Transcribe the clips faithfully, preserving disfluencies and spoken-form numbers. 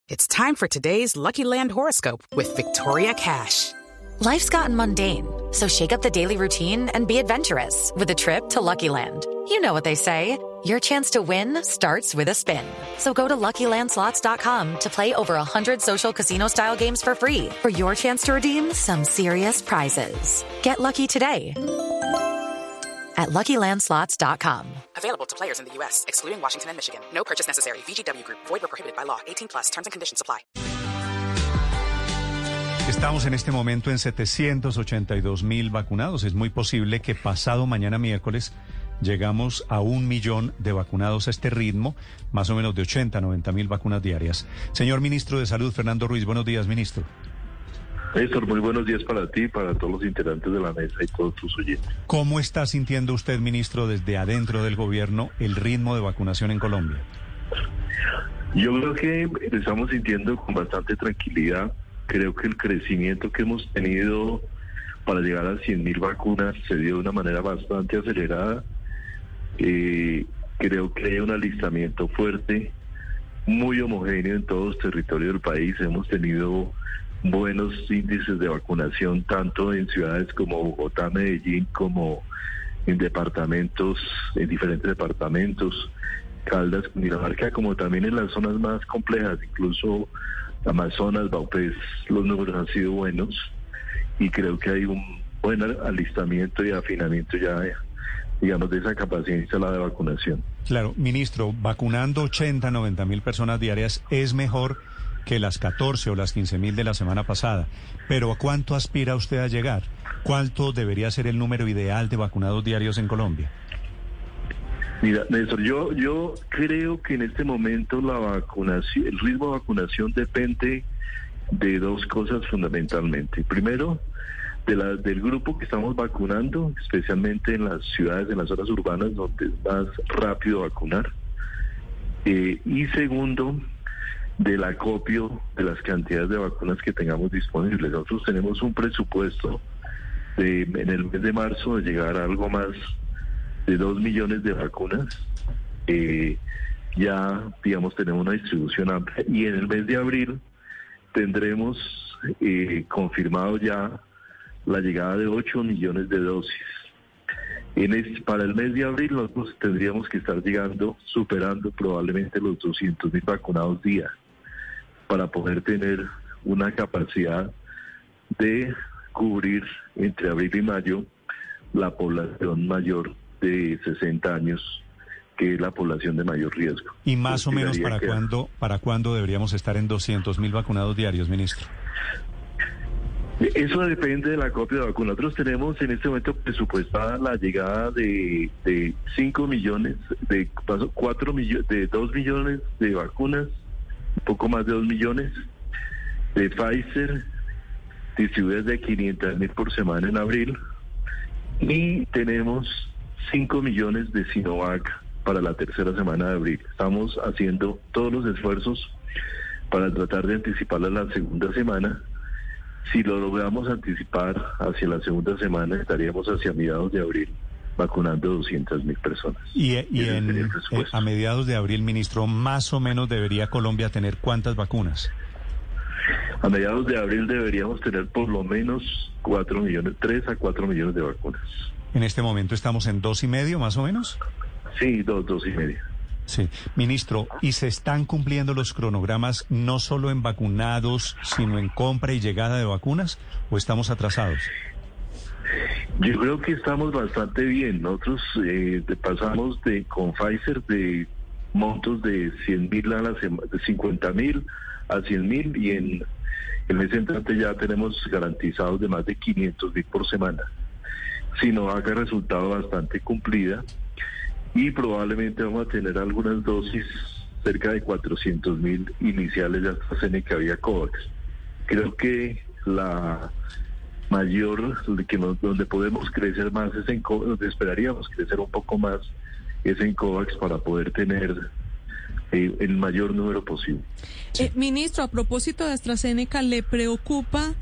It's time for today's Lucky Land horoscope with Victoria Cash. Life's gotten mundane, so shake up the daily routine and be adventurous with a trip to Lucky Land. You know what they say, your chance to win starts with a spin. So go to Lucky Land Slots dot com to play over one hundred social casino-style games for free for your chance to redeem some serious prizes. Get lucky today at Lucky Land Slots dot com. Available to players in the U S, excluding Washington and Michigan. No purchase necessary. V G W Group. Void or prohibited by law. eighteen plus. Terms and conditions apply. Estamos en este momento en setecientos ochenta y dos mil vacunados. Es muy posible que pasado mañana miércoles llegamos a un millón de vacunados a este ritmo, más o menos de ochenta, noventa mil vacunas diarias. Señor Ministro de Salud, Fernando Ruiz, buenos días, ministro. Néstor, muy buenos días para ti, para todos los integrantes de la mesa y todos tus oyentes. ¿Cómo está sintiendo usted, ministro, desde adentro del gobierno, el ritmo de vacunación en Colombia? Yo creo que estamos sintiendo con bastante tranquilidad. Creo que el crecimiento que hemos tenido para llegar a cien mil vacunas se dio de una manera bastante acelerada. Eh, creo que hay un alistamiento fuerte, muy homogéneo en todos los territorios del país. Hemos tenido buenos índices de vacunación, tanto en ciudades como Bogotá, Medellín, como en departamentos, en diferentes departamentos, Caldas, Cundinamarca, como también en las zonas más complejas, incluso Amazonas, Baupés. Los números han sido buenos y creo que hay un buen alistamiento y afinamiento ya, digamos, de esa capacidad instalada de vacunación. Claro, ministro, vacunando ochenta, noventa mil personas diarias es mejor que las catorce o las quince mil de la semana pasada. Pero ¿a cuánto aspira usted a llegar? ¿Cuánto debería ser el número ideal de vacunados diarios en Colombia? Mira, Néstor, yo, yo creo que en este momento la vacunación, el ritmo de vacunación depende de dos cosas fundamentalmente. Primero, de la, del grupo que estamos vacunando, especialmente en las ciudades, en las zonas urbanas, donde es más rápido vacunar. Eh, y segundo, del acopio de las cantidades de vacunas que tengamos disponibles. Nosotros tenemos un presupuesto de, en el mes de marzo de llegar a algo más de dos millones de vacunas. Eh, ya, digamos, tenemos una distribución amplia. Y en el mes de abril tendremos eh, confirmado ya la llegada de ocho millones de dosis. En este, para el mes de abril nosotros tendríamos que estar llegando, superando probablemente los doscientos mil vacunados día, para poder tener una capacidad de cubrir entre abril y mayo la población mayor de sesenta años, que es la población de mayor riesgo. ¿Y más o menos para que... cuándo, para cuándo deberíamos estar en doscientos mil vacunados diarios, ministro? Eso depende del acopio de vacunas. Nosotros tenemos en este momento presupuestada la llegada de, de cinco millones, de cuatro millones, de dos millones de vacunas, un poco más de dos millones, de Pfizer, distribuidas de quinientos mil por semana en abril, y tenemos cinco millones de Sinovac para la tercera semana de abril. Estamos haciendo todos los esfuerzos para tratar de anticiparla la segunda semana. Si lo logramos anticipar hacia la segunda semana, estaríamos hacia mediados de abril vacunando doscientas mil personas. Y, y en, eh, a mediados de abril, ministro, más o menos debería Colombia tener ¿cuántas vacunas? A mediados de abril deberíamos tener por lo menos cuatro millones, tres a cuatro millones de vacunas. En este momento estamos en dos y medio, más o menos. Sí, dos, dos y medio. Sí, ministro, ¿y se están cumpliendo los cronogramas no solo en vacunados, sino en compra y llegada de vacunas, o estamos atrasados? Yo creo que estamos bastante bien. Nosotros eh, pasamos de con Pfizer de montos de cien mil a la semana, de cincuenta mil a cien mil, y en el mes entrante ya tenemos garantizados de más de quinientos mil por semana. Sinovac ha resultado bastante cumplida y probablemente vamos a tener algunas dosis, cerca de cuatrocientos mil iniciales de AstraZeneca vía COVAX. Creo que la mayor, que nos, donde podemos crecer más es en COVAX, donde esperaríamos crecer un poco más es en COVAX para poder tener eh, el mayor número posible. Eh, ministro, a propósito de AstraZeneca, ¿le preocupa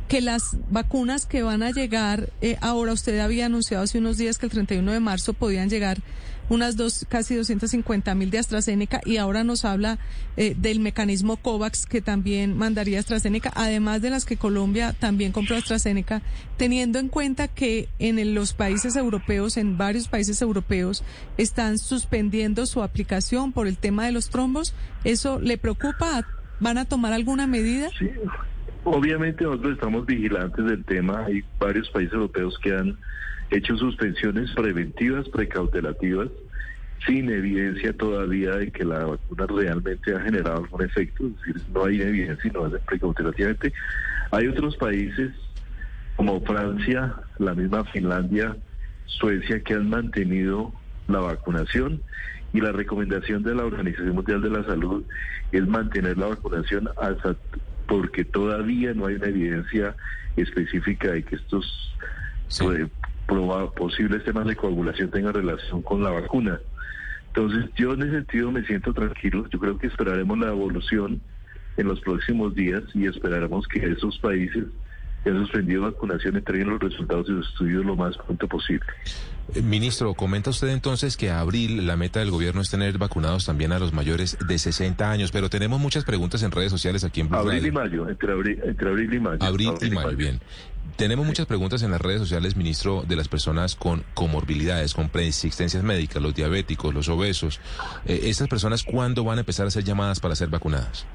que las vacunas que van a llegar, eh, ahora usted había anunciado hace unos días que el treinta y uno de marzo podían llegar unas dos, casi doscientos cincuenta mil de AstraZeneca, y ahora nos habla eh, del mecanismo COVAX que también mandaría AstraZeneca, además de las que Colombia también compró AstraZeneca, teniendo en cuenta que en el, los países europeos, en varios países europeos, están suspendiendo su aplicación por el tema de los trombos. ¿Eso le preocupa? ¿Van a tomar alguna medida? Sí, obviamente nosotros estamos vigilantes del tema. Hay varios países europeos que han hecho suspensiones preventivas, precautelativas, sin evidencia todavía de que la vacuna realmente ha generado algún efecto. Es decir, no hay evidencia y no hacen precautelativamente. Hay otros países como Francia, la misma Finlandia, Suecia, que han mantenido la vacunación, y la recomendación de la Organización Mundial de la Salud es mantener la vacunación hasta porque todavía no hay una evidencia específica de que estos sí. pues, proba, posibles temas de coagulación tengan relación con la vacuna. Entonces, yo en ese sentido me siento tranquilo. Yo creo que esperaremos la evolución en los próximos días y esperaremos que esos países que han suspendido vacunación entreguen los resultados de los estudios lo más pronto posible. Ministro, comenta usted entonces que a abril la meta del gobierno es tener vacunados también a los mayores de sesenta años, pero tenemos muchas preguntas en redes sociales aquí en Blue Abril Radio. y mayo, entre abril, entre abril y mayo. Abril, abril y mayo, mayo, bien. Tenemos muchas preguntas en las redes sociales, ministro, de las personas con comorbilidades, con preexistencias médicas, los diabéticos, los obesos. Eh, ¿Estas personas cuándo van a empezar a ser llamadas para ser vacunadas?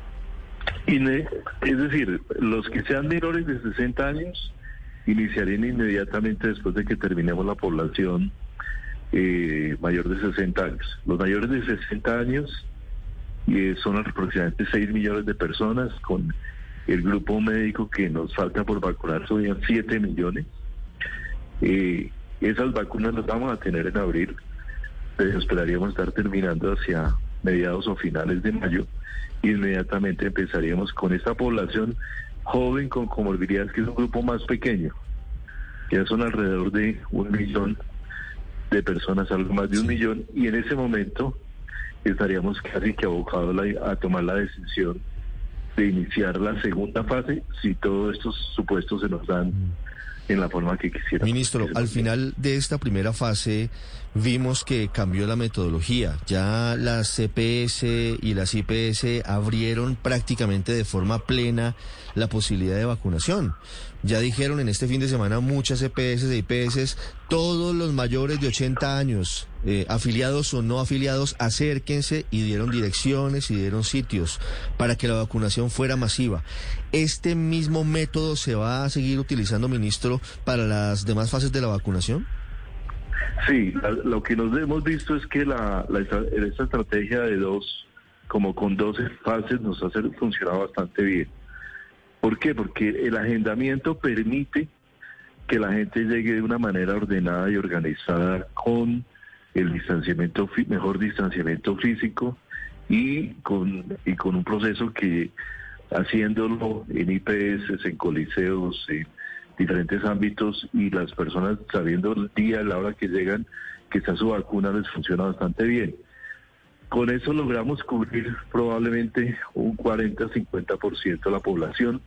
Es decir, los que sean menores de sesenta años iniciarían inmediatamente después de que terminemos la población eh, mayor de sesenta años. Los mayores de sesenta años eh, son aproximadamente seis millones de personas. Con el grupo médico que nos falta por vacunar son siete millones. Eh, esas vacunas las vamos a tener en abril, pero esperaríamos estar terminando hacia mediados o finales de mayo. Inmediatamente empezaríamos con esta población joven con comorbilidades, que es un grupo más pequeño. Ya son alrededor de un millón de personas, algo más de un millón, y en ese momento estaríamos casi que abocados a tomar la decisión de iniciar la segunda fase si todos estos supuestos se nos dan en la forma que quisiera. Ministro, al final de esta primera fase vimos que cambió la metodología. Ya las C P S y las I P S abrieron prácticamente de forma plena la posibilidad de vacunación. Ya dijeron en este fin de semana muchas C P S e I P S, todos los mayores de ochenta años, eh, afiliados o no afiliados, acérquense, y dieron direcciones y dieron sitios para que la vacunación fuera masiva. ¿Este mismo método se va a seguir utilizando, ministro, para las demás fases de la vacunación? Sí, la, lo que nos hemos visto es que la, la esta estrategia de dos, como con doce fases, nos ha funcionado bastante bien. ¿Por qué? Porque el agendamiento permite que la gente llegue de una manera ordenada y organizada, con el distanciamiento, mejor distanciamiento físico, y con, y con un proceso que, haciéndolo en I P S, en coliseos, en diferentes ámbitos, y las personas sabiendo el día, la hora que llegan, que está su vacuna, les funciona bastante bien. Con eso logramos cubrir probablemente un cuarenta a cincuenta por ciento de la población,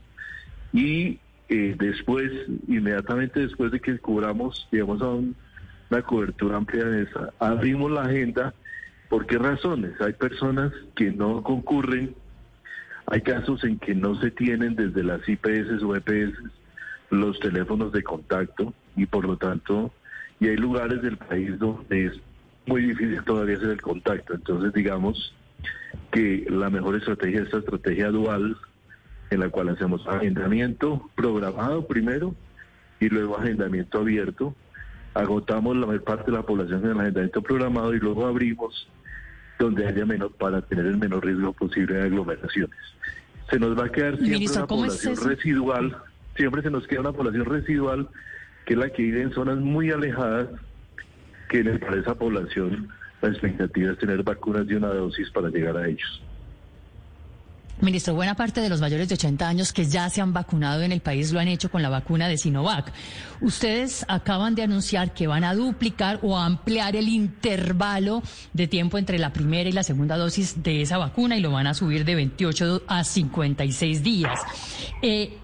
y eh, después, inmediatamente después de que cubramos, llegamos a un, una cobertura amplia de esa, abrimos la agenda. ¿Por qué razones? Hay personas que no concurren, hay casos en que no se tienen desde las I P S o E P S los teléfonos de contacto, y por lo tanto, y hay lugares del país donde es muy difícil todavía hacer el contacto. Entonces, digamos que la mejor estrategia es esta estrategia dual, en la cual hacemos agendamiento programado primero y luego agendamiento abierto. Agotamos la mayor parte de la población en el agendamiento programado y luego abrimos donde haya menos, para tener el menor riesgo posible de aglomeraciones. Se nos va a quedar siempre Ministro, una población es residual, siempre se nos queda una población residual, que es la que vive en zonas muy alejadas, que para esa población la expectativa es tener vacunas de una dosis para llegar a ellos. Ministro, buena parte de los mayores de ochenta años que ya se han vacunado en el país lo han hecho con la vacuna de Sinovac. Ustedes acaban de anunciar que van a duplicar o a ampliar el intervalo de tiempo entre la primera y la segunda dosis de esa vacuna, y lo van a subir de veintiocho a cincuenta y seis días. Eh,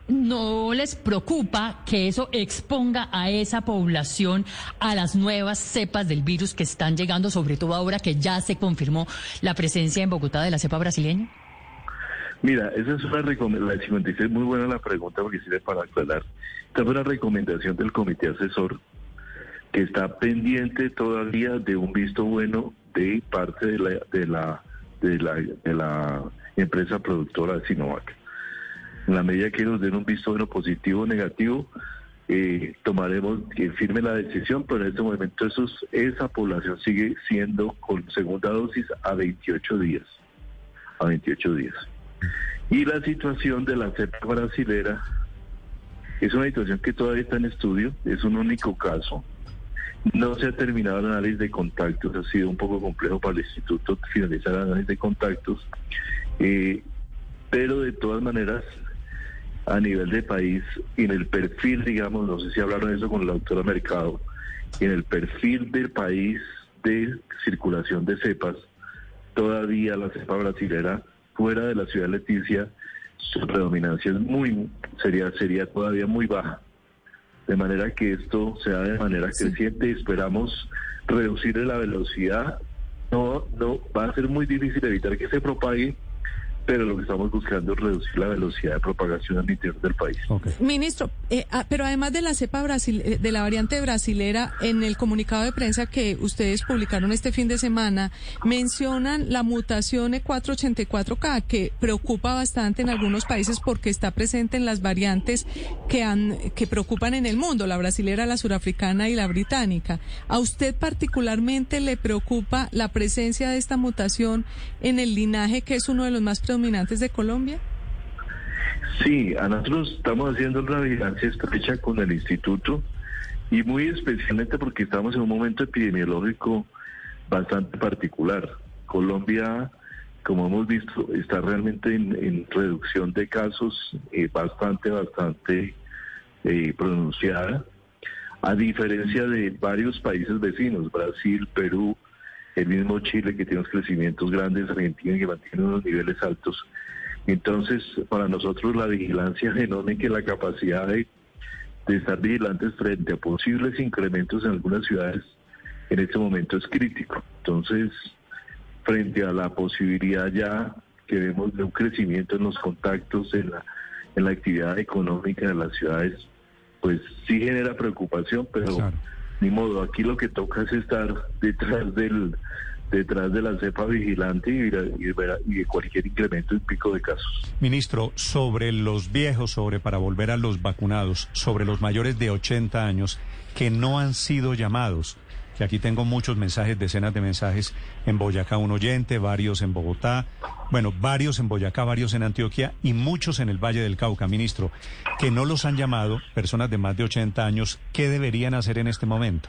¿no les preocupa que eso exponga a esa población a las nuevas cepas del virus que están llegando, sobre todo ahora que ya se confirmó la presencia en Bogotá de la cepa brasileña? Mira, esa es una recomendación, la cincuenta y seis, muy buena la pregunta porque sirve para aclarar. Esta fue una recomendación del comité asesor que está pendiente todavía de un visto bueno de parte de la de la de la, de la empresa productora de Sinovac. En la medida que nos den un visto bueno positivo o negativo, eh, tomaremos que firme la decisión, pero en este momento esos, esa población sigue siendo con segunda dosis a veintiocho días. A veintiocho días. Y la situación de la cepa brasilera es una situación que todavía está en estudio, es un único caso. No se ha terminado el análisis de contactos, ha sido un poco complejo para el instituto finalizar el análisis de contactos, eh, pero de todas maneras, a nivel de país, en el perfil, digamos, no sé si hablaron de eso con la doctora Mercado, en el perfil del país de circulación de cepas, todavía la cepa brasilera, fuera de la ciudad de Leticia, su predominancia es muy, sería, sería todavía muy baja. De manera que esto sea de manera creciente y esperamos reducir la velocidad. No, no, va a ser muy difícil evitar que se propague, pero lo que estamos buscando es reducir la velocidad de propagación al interior del país. Okay. Ministro, eh, ah, pero además de la cepa brasil de la variante brasilera, en el comunicado de prensa que ustedes publicaron este fin de semana, mencionan la mutación E cuatro ochenta y cuatro K, que preocupa bastante en algunos países porque está presente en las variantes que han que preocupan en el mundo, la brasilera, la surafricana y la británica. ¿A usted particularmente le preocupa la presencia de esta mutación en el linaje, que es uno de los más predominantes de Colombia? Sí, a nosotros estamos haciendo una vigilancia estrecha con el instituto y muy especialmente porque estamos en un momento epidemiológico bastante particular. Colombia, como hemos visto, está realmente en, en reducción de casos eh, bastante, bastante eh, pronunciada, a diferencia de varios países vecinos, Brasil, Perú, el mismo Chile, que tiene unos crecimientos grandes, Argentina, que mantiene unos niveles altos. Entonces, para nosotros la vigilancia genómica y la capacidad de, de estar vigilantes frente a posibles incrementos en algunas ciudades en este momento es crítico. Entonces, frente a la posibilidad ya que vemos de un crecimiento en los contactos, en la, en la actividad económica de las ciudades, pues sí genera preocupación, pero claro, ni modo, aquí lo que toca es estar detrás del detrás de la cepa vigilante y, y, y de cualquier incremento en pico de casos. Ministro, sobre los viejos, sobre para volver a los vacunados, sobre los mayores de ochenta años que no han sido llamados, que aquí tengo muchos mensajes, decenas de mensajes en Boyacá, un oyente, varios en Bogotá, bueno, varios en Boyacá, varios en Antioquia y muchos en el Valle del Cauca, ministro, que no los han llamado, personas de más de ochenta años, ¿qué deberían hacer en este momento?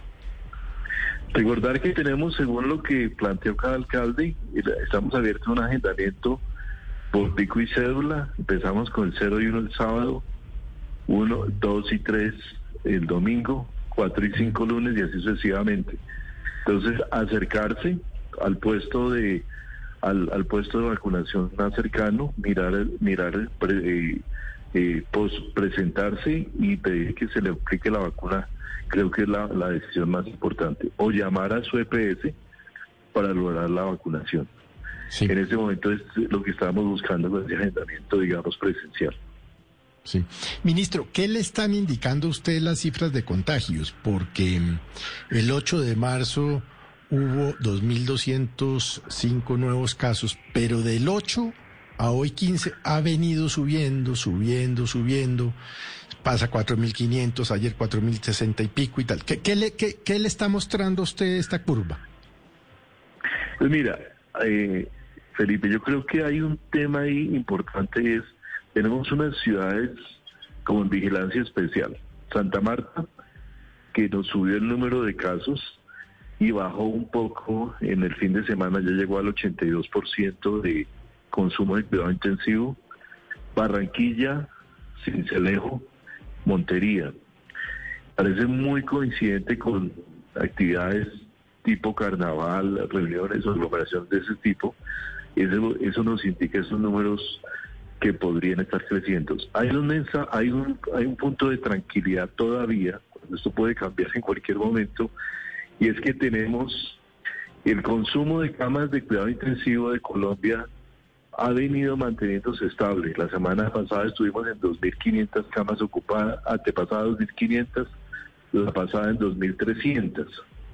Recordar que tenemos, según lo que planteó cada alcalde, estamos abiertos a un agendamiento por pico y cédula. Empezamos con el cero y uno el sábado, uno, dos y tres el domingo, cuatro y cinco lunes y así sucesivamente. Entonces, acercarse al puesto de al, al puesto de vacunación más cercano, mirar, mirar, eh, eh, pues, presentarse y pedir que se le aplique la vacuna. Creo que es la, la decisión más importante. O llamar a su E P S para lograr la vacunación. Sí. En ese momento es lo que estábamos buscando con ese agendamiento, digamos, presencial. Sí. Ministro, ¿qué le están indicando a usted las cifras de contagios? Porque el ocho de marzo hubo dos mil doscientos cinco nuevos casos, pero del ocho a hoy quince ha venido subiendo, subiendo, subiendo. Pasa cuatro mil quinientos, ayer cuatro mil sesenta y pico y tal. ¿Qué, qué, le, qué, ¿Qué le está mostrando a usted esta curva? Pues mira, eh, Felipe, yo creo que hay un tema ahí importante, es, tenemos unas ciudades como en vigilancia especial. Santa Marta, que nos subió el número de casos y bajó un poco en el fin de semana, ya llegó al ochenta y dos por ciento de consumo de cuidado intensivo. Barranquilla, Sincelejo, Montería. Parece muy coincidente con actividades tipo carnaval, reuniones o aglomeraciones de ese tipo. Eso, eso nos indica esos números que podrían estar creciendo. Hay un, mensa, hay un, hay un punto de tranquilidad todavía, esto puede cambiar en cualquier momento, y es que tenemos el consumo de camas de cuidado intensivo de Colombia ha venido manteniéndose estable. La semana pasada estuvimos en dos mil quinientas camas ocupadas, antepasada dos mil quinientas, la pasada en dos mil trescientas.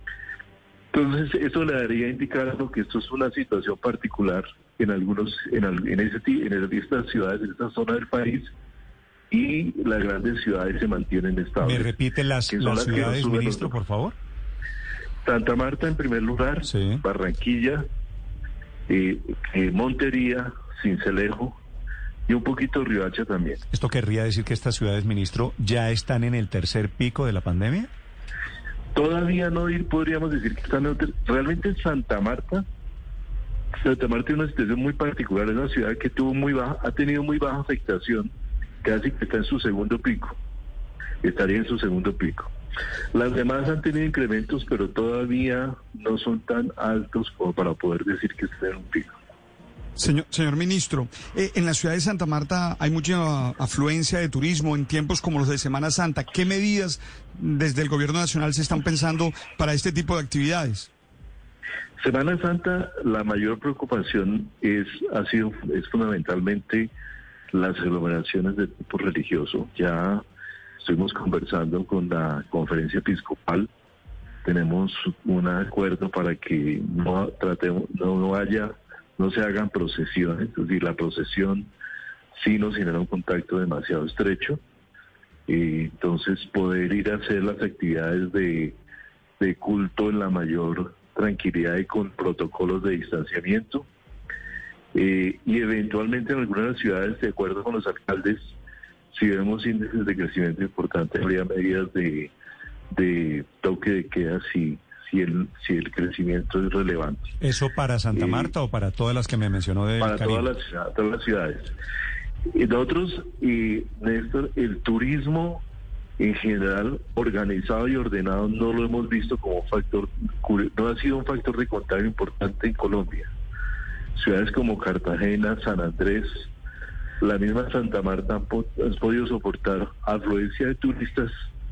Entonces, eso le daría a indicar que esto es una situación particular en algunos, en, en, ese, en estas ciudades, en esta zona del país, y las grandes ciudades se mantienen estables. ¿Me repite las, las, las ciudades, ministro, por favor? Santa Marta en primer lugar, sí. Barranquilla, eh, eh, Montería, Sincelejo y un poquito Riohacha también. ¿Esto querría decir que estas ciudades, ministro, ya están en el tercer pico de la pandemia? Todavía no podríamos decir que están en el, realmente en Santa Marta. Santa Marta es una situación muy particular, es una ciudad que tuvo muy baja, ha tenido muy baja afectación, casi que está en su segundo pico, estaría en su segundo pico. Las demás han tenido incrementos, pero todavía no son tan altos como para poder decir que están en un pico. Señor, señor ministro, eh, en la ciudad de Santa Marta hay mucha afluencia de turismo en tiempos como los de Semana Santa. ¿Qué medidas desde el gobierno nacional se están pensando para este tipo de actividades? Semana Santa, la mayor preocupación es ha sido es fundamentalmente las aglomeraciones de tipo religioso. Ya estuvimos conversando con la conferencia episcopal, tenemos un acuerdo para que no tratemos, no, no haya, no se hagan procesiones, es decir, la procesión sí nos genera un contacto demasiado estrecho, y entonces poder ir a hacer las actividades de, de culto en la mayor tranquilidad y con protocolos de distanciamiento, eh, y eventualmente en algunas de las ciudades, de acuerdo con los alcaldes, si vemos índices de crecimiento importantes, habría medidas de, de toque de queda si, si, el, si el crecimiento es relevante. ¿Eso para Santa Marta eh, o para todas las que me mencionó del Para Caribe? todas las, todas las ciudades. Y nosotros, y Néstor, el turismo en general, organizado y ordenado, no lo hemos visto como factor, no ha sido un factor de contagio importante en Colombia. Ciudades como Cartagena, San Andrés, la misma Santa Marta han, po han podido soportar afluencia de turistas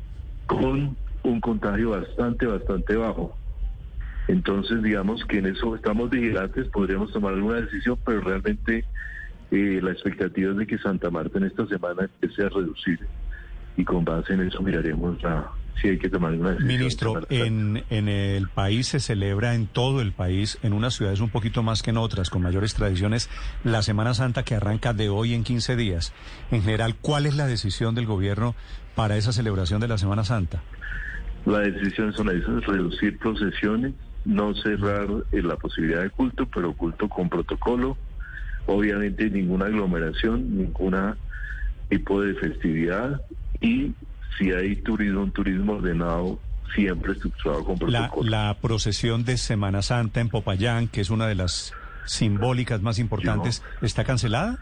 con un contagio bastante, bastante bajo. Entonces, digamos que en eso estamos vigilantes, podríamos tomar alguna decisión, pero realmente eh, la expectativa es de que Santa Marta en esta semana empiece a reducir, y con base en eso miraremos la, si hay que tomar una decisión. Ministro, en, en el país se celebra, en todo el país, en unas ciudades un poquito más que en otras, con mayores tradiciones, la Semana Santa, que arranca de hoy en quince días. En general, ¿cuál es la decisión del gobierno para esa celebración de la Semana Santa? La decisión son esas, reducir procesiones, no cerrar eh, la posibilidad de culto, pero culto con protocolo, obviamente ninguna aglomeración, ninguna tipo de festividad, y si hay turismo, un turismo ordenado, siempre estructurado con protocolo. La, la procesión de Semana Santa en Popayán, que es una de las simbólicas más importantes, Yo, ¿está cancelada?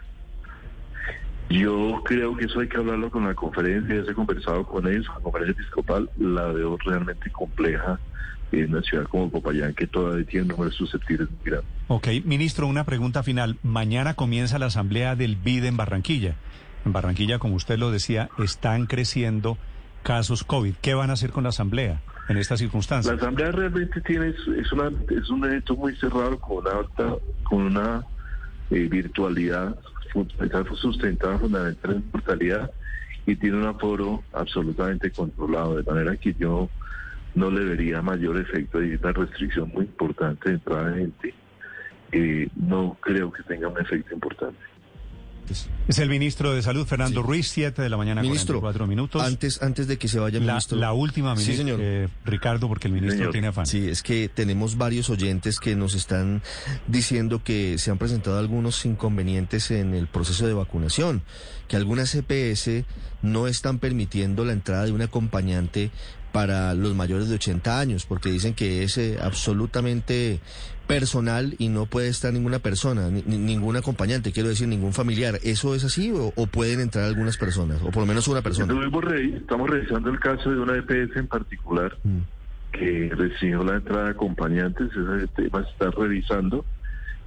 Yo creo que eso hay que hablarlo con la conferencia, ya se ha conversado con ellos, la conferencia episcopal la veo realmente compleja en una ciudad como Popayán, que todavía tiene números susceptibles muy grandes. Ok, ministro, una pregunta final. Mañana comienza la asamblea del B I D en Barranquilla. En Barranquilla, como usted lo decía, están creciendo casos COVID. ¿Qué van a hacer con la asamblea en estas circunstancias? La asamblea realmente tiene es, una, es un evento muy cerrado, con una alta, con una eh, virtualidad sustentada fundamental en mortalidad, y tiene un aforo absolutamente controlado, de manera que yo no le vería mayor efecto. Hay una restricción muy importante de entrada de gente. Eh, no creo que tenga un efecto importante. Es el ministro de Salud, Fernando sí. Ruiz, siete de la mañana, ministro, cuarenta y cuatro minutos. Antes, antes de que se vaya, la, ministro. La última, ministro, sí, señor. Eh, Ricardo, porque el ministro señor. tiene afán. Sí, es que tenemos varios oyentes que nos están diciendo que se han presentado algunos inconvenientes en el proceso de vacunación, que algunas E P S no están permitiendo la entrada de un acompañante para los mayores de ochenta años, porque dicen que es eh, absolutamente personal y no puede estar ninguna persona, ni, ningún acompañante, quiero decir, ningún familiar. ¿Eso es así o, o pueden entrar algunas personas, o por lo menos una persona? Estamos revisando el caso de una E P S en particular mm. que recibió la entrada de acompañantes. Ese tema se está revisando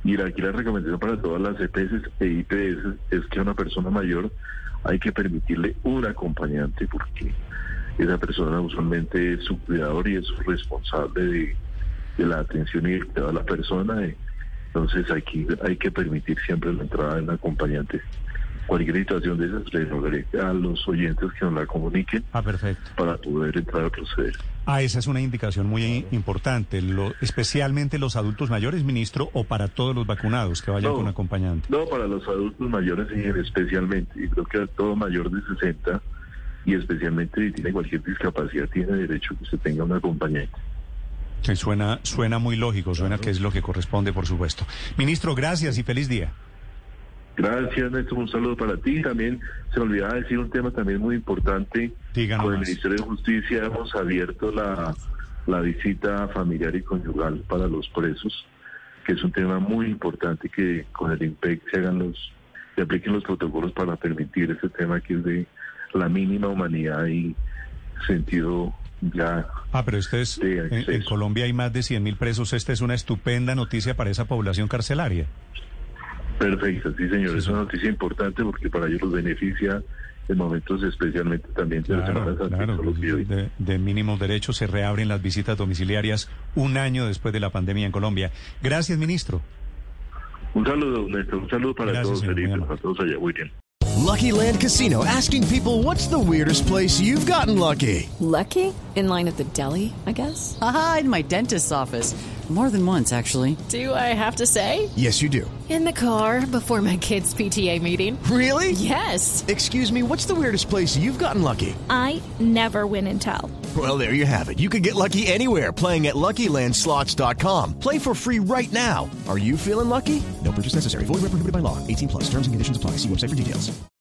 Y la, aquí la recomendación para todas las E P S e I P S es que a una persona mayor hay que permitirle un acompañante, porque esa persona usualmente es su cuidador y es su responsable de, de la atención y el cuidado de la persona. Entonces aquí hay que permitir siempre la entrada de un acompañante. Cualquier situación de esas, les rogaré a los oyentes que nos la comuniquen. Ah, perfecto. Para poder entrar a proceder. Ah, esa es una indicación muy importante, lo, especialmente los adultos mayores, ministro, o para todos los vacunados que vayan no, con acompañante. No, para los adultos mayores especialmente. Y creo que a todo mayor de sesenta y especialmente si tiene cualquier discapacidad tiene derecho a que se tenga un acompañante. Sí, suena, suena muy lógico, suena claro. Que es lo que corresponde, por supuesto. Ministro, gracias y feliz día. Gracias, Néstor. Un saludo para ti. También se me olvidaba decir un tema también muy importante. Díganos. Con el más. Ministerio de Justicia hemos abierto la, la visita familiar y conyugal para los presos, que es un tema muy importante que con el IMPEC se hagan los, se apliquen los protocolos para permitir ese tema que es de la mínima humanidad y sentido ya. Ah, pero este es, en, en Colombia hay más de cien mil presos. Esta es una estupenda noticia para esa población carcelaria. Perfecto, sí señor, sí, es una noticia importante porque para ellos los beneficia en momentos especialmente también de claro, claro, de, de mínimos derechos. Se reabren las visitas domiciliarias un año después de la pandemia en Colombia. Gracias, ministro. Un saludo, Néstor, un saludo para Gracias, todos, señor, Felipe, para todos allá, muy bien. Lucky Land Casino, asking people, what's the weirdest place you've gotten lucky? Lucky? In line at the deli, I guess? Aha, in my dentist's office. More than once, actually. Do I have to say? Yes, you do. In the car before my kids' P T A meeting. Really? Yes. Excuse me, what's the weirdest place you've gotten lucky? I never win and tell. Well, there you have it. You can get lucky anywhere, playing at Lucky Land Slots dot com. Play for free right now. Are you feeling lucky? No purchase necessary. Void where prohibited by law. eighteen plus. Terms and conditions apply. See website for details.